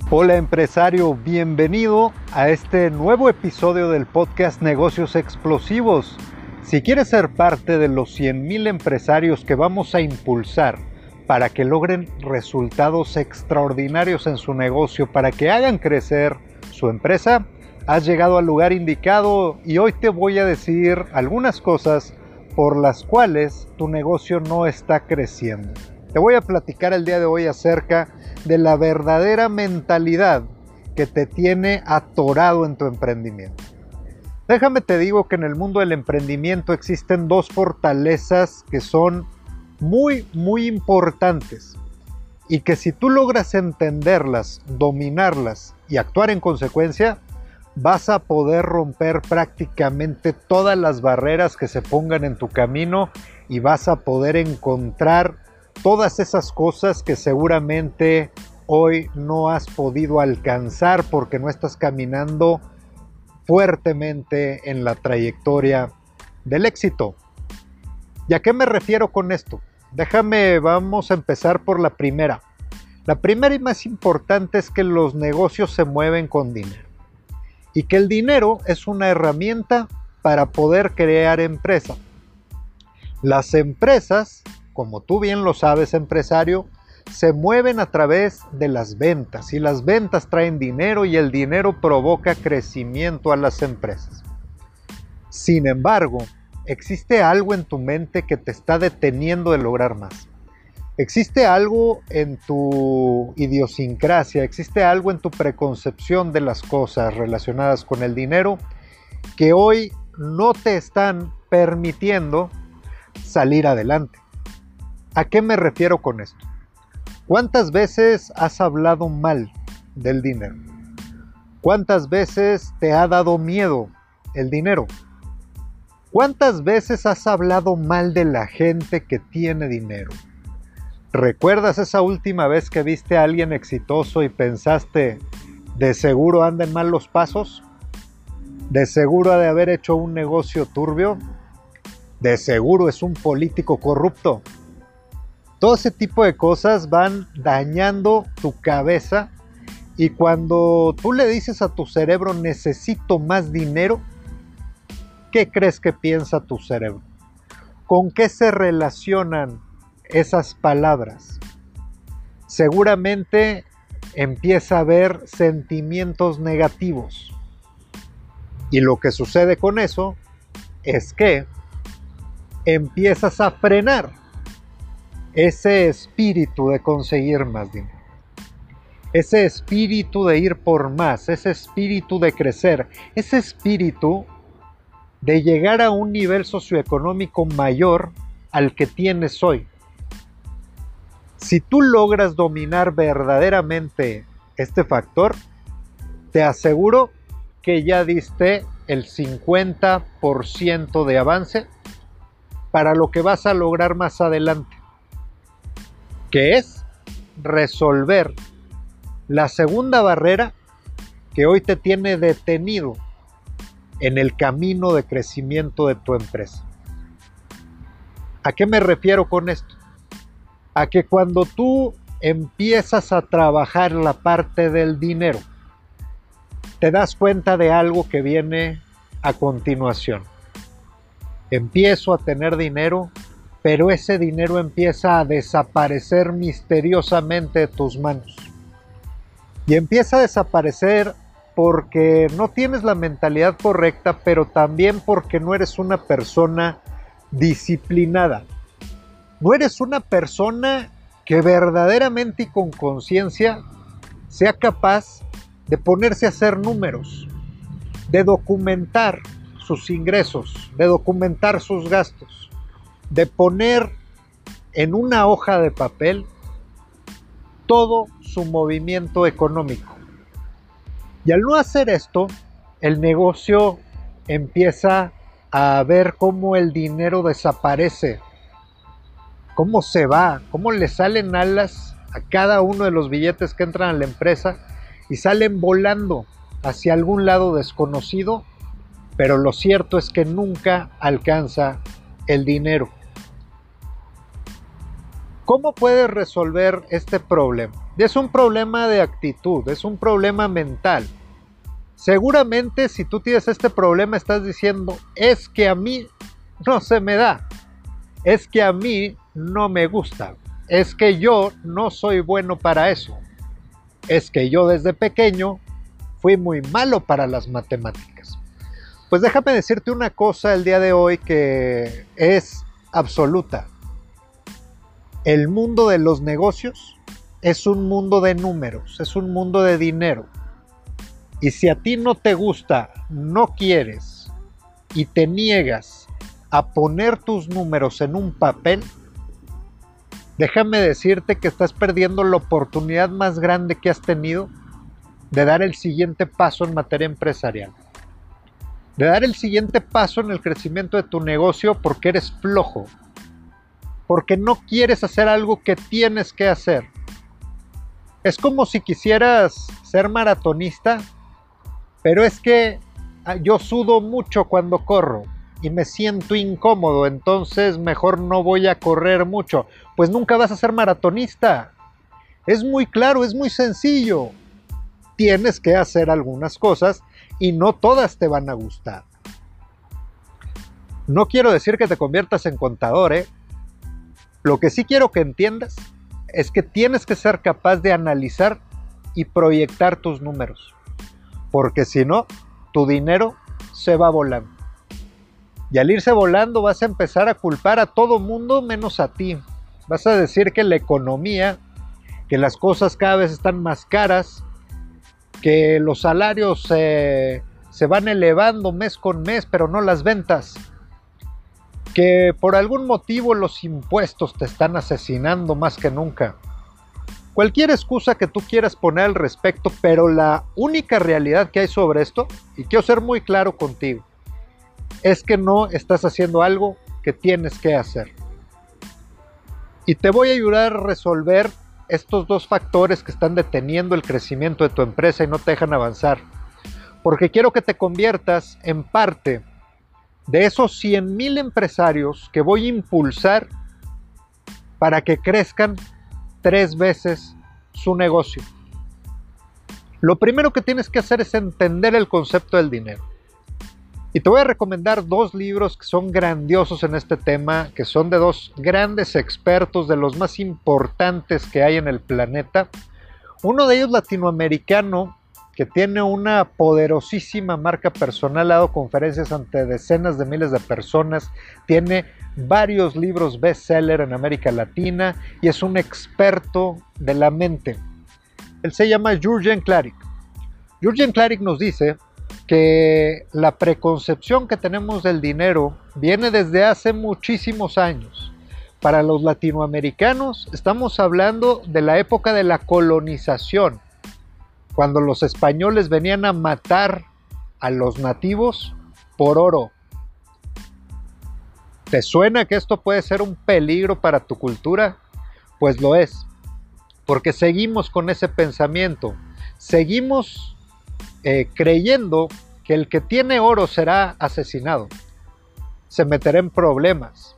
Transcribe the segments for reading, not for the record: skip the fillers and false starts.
Hola empresario, bienvenido a este nuevo episodio del podcast Negocios Explosivos. Si quieres ser parte de los 100,000 empresarios que vamos a impulsar para que logren resultados extraordinarios en su negocio, para que hagan crecer su empresa, has llegado al lugar indicado y hoy te voy a decir algunas cosas por las cuales tu negocio no está creciendo. Te voy a platicar el día de hoy acerca de la verdadera mentalidad que te tiene atorado en tu emprendimiento. Déjame te digo que en el mundo del emprendimiento existen dos fortalezas que son muy importantes y que si tú logras entenderlas, dominarlas y actuar en consecuencia, vas a poder romper prácticamente todas las barreras que se pongan en tu camino y vas a poder encontrar todas esas cosas que seguramente hoy no has podido alcanzar porque no estás caminando fuertemente en la trayectoria del éxito. ¿Y a qué me refiero con esto? Vamos a empezar por la primera. La primera y más importante es que los negocios se mueven con dinero y que el dinero es una herramienta para poder crear empresa. Las empresas, como tú bien lo sabes, empresario, se mueven a través de las ventas y las ventas traen dinero y el dinero provoca crecimiento a las empresas. Sin embargo, existe algo en tu mente que te está deteniendo de lograr más. Existe algo en tu idiosincrasia, existe algo en tu preconcepción de las cosas relacionadas con el dinero que hoy no te están permitiendo salir adelante. ¿A qué me refiero con esto? ¿Cuántas veces has hablado mal del dinero? ¿Cuántas veces te ha dado miedo el dinero? ¿Cuántas veces has hablado mal de la gente que tiene dinero? ¿Recuerdas esa última vez que viste a alguien exitoso y pensaste, de seguro andan mal los pasos? ¿De seguro ha de haber hecho un negocio turbio? ¿De seguro es un político corrupto? Todo ese tipo de cosas van dañando tu cabeza y cuando tú le dices a tu cerebro necesito más dinero, ¿qué crees que piensa tu cerebro? ¿Con qué se relacionan esas palabras? Seguramente empieza a haber sentimientos negativos y lo que sucede con eso es que empiezas a frenar ese espíritu de conseguir más dinero, ese espíritu de ir por más, ese espíritu de crecer, ese espíritu de llegar a un nivel socioeconómico mayor al que tienes hoy. Si tú logras dominar verdaderamente este factor, te aseguro que ya diste el 50% de avance para lo que vas a lograr más adelante, que es resolver la segunda barrera que hoy te tiene detenido en el camino de crecimiento de tu empresa. ¿A qué me refiero con esto? A que cuando tú empiezas a trabajar la parte del dinero, te das cuenta de algo que viene a continuación. Empiezo a tener dinero, pero ese dinero empieza a desaparecer misteriosamente de tus manos. Y empieza a desaparecer porque no tienes la mentalidad correcta, pero también porque no eres una persona disciplinada. No eres una persona que verdaderamente y con conciencia sea capaz de ponerse a hacer números, de documentar sus ingresos, de documentar sus gastos, de poner en una hoja de papel todo su movimiento económico. Y al no hacer esto, el negocio empieza a ver cómo el dinero desaparece, cómo se va, cómo le salen alas a cada uno de los billetes que entran a la empresa y salen volando hacia algún lado desconocido, pero lo cierto es que nunca alcanza el dinero. ¿Cómo puedes resolver este problema? Es un problema de actitud, es un problema mental. Seguramente si tú tienes este problema estás diciendo, es que a mí no se me da, es que a mí no me gusta, es que yo no soy bueno para eso, es que yo desde pequeño fui muy malo para las matemáticas. Pues déjame decirte una cosa el día de hoy que es absoluta. El mundo de los negocios es un mundo de números, es un mundo de dinero. Y si a ti no te gusta, no quieres y te niegas a poner tus números en un papel, déjame decirte que estás perdiendo la oportunidad más grande que has tenido de dar el siguiente paso en materia empresarial. De dar el siguiente paso en el crecimiento de tu negocio porque eres flojo. Porque no quieres hacer algo que tienes que hacer. Es como si quisieras ser maratonista, pero es que yo sudo mucho cuando corro y me siento incómodo, entonces mejor no voy a correr mucho. Pues nunca vas a ser maratonista. Es muy claro, es muy sencillo. Tienes que hacer algunas cosas y no todas te van a gustar. No quiero decir que te conviertas en contador, ¿eh? Lo que sí quiero que entiendas es que tienes que ser capaz de analizar y proyectar tus números. Porque si no, tu dinero se va volando. Y al irse volando vas a empezar a culpar a todo mundo menos a ti. Vas a decir que la economía, que las cosas cada vez están más caras, que los salarios se van elevando mes con mes, pero no las ventas. Que por algún motivo los impuestos te están asesinando más que nunca. Cualquier excusa que tú quieras poner al respecto, pero la única realidad que hay sobre esto, y quiero ser muy claro contigo, es que no estás haciendo algo que tienes que hacer. Y te voy a ayudar a resolver estos dos factores que están deteniendo el crecimiento de tu empresa y no te dejan avanzar. Porque quiero que te conviertas en parte de esos 100,000 empresarios que voy a impulsar para que crezcan 3 veces su negocio. Lo primero que tienes que hacer es entender el concepto del dinero. Y te voy a recomendar 2 libros que son grandiosos en este tema, que son de 2 grandes expertos, de los más importantes que hay en el planeta. Uno de ellos latinoamericano, que tiene una poderosísima marca personal, ha dado conferencias ante decenas de miles de personas, tiene varios libros bestseller en América Latina y es un experto de la mente. Él se llama Jürgen Klarik. Jürgen Klarik nos dice que la preconcepción que tenemos del dinero viene desde hace muchísimos años. Para los latinoamericanos estamos hablando de la época de la colonización, cuando los españoles venían a matar a los nativos por oro. ¿Te suena que esto puede ser un peligro para tu cultura? Pues lo es, porque seguimos con ese pensamiento, seguimos creyendo que el que tiene oro será asesinado, se meterá en problemas,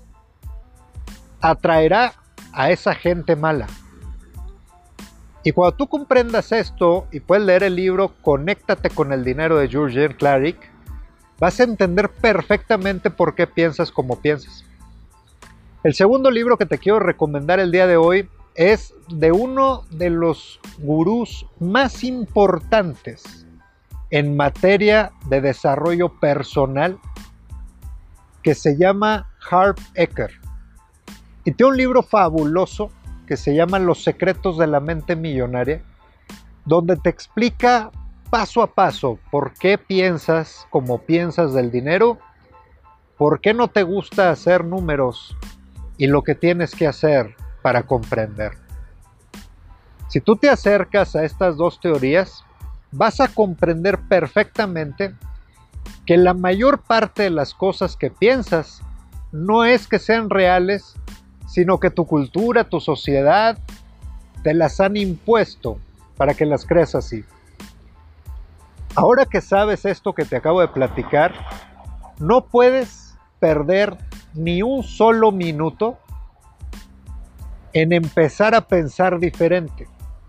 atraerá a esa gente mala. Y cuando tú comprendas esto y puedes leer el libro Conéctate con el dinero de Jürgen Klarik, vas a entender perfectamente por qué piensas como piensas. El segundo libro que te quiero recomendar el día de hoy es de uno de los gurús más importantes en materia de desarrollo personal, que se llama Harv Eker. Y tiene un libro fabuloso que se llama Los secretos de la mente millonaria, donde te explica paso a paso por qué piensas como piensas del dinero, por qué no te gusta hacer números y lo que tienes que hacer para comprender. Si tú te acercas a estas 2 teorías, vas a comprender perfectamente que la mayor parte de las cosas que piensas no es que sean reales, sino que tu cultura, tu sociedad, te las han impuesto para que las creas así. Ahora que sabes esto que te acabo de platicar, no puedes perder ni un solo minuto en empezar a pensar diferente.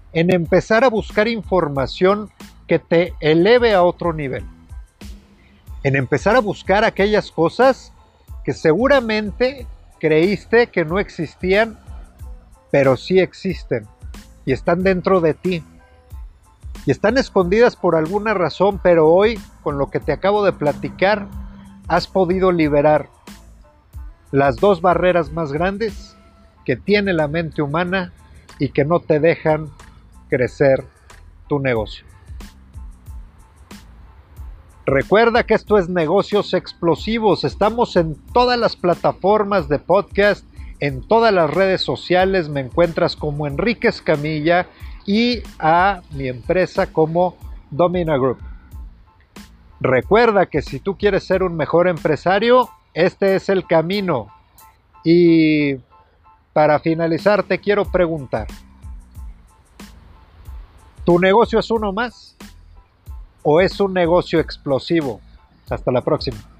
en empezar a buscar información que te eleve a otro nivel, en empezar a buscar aquellas cosas que seguramente creíste que no existían, pero sí existen y están dentro de ti y están escondidas por alguna razón, pero hoy, con lo que te acabo de platicar, has podido liberar las dos barreras más grandes que tiene la mente humana y que no te dejan crecer tu negocio. Recuerda que esto es Negocios Explosivos. Estamos en todas las plataformas de podcast, en todas las redes sociales. Me encuentras como Enrique Escamilla y a mi empresa como Domina Group. Recuerda que si tú quieres ser un mejor empresario, este es el camino. Y para finalizar, te quiero preguntar, ¿tu negocio es uno más o es un negocio explosivo? Hasta la próxima.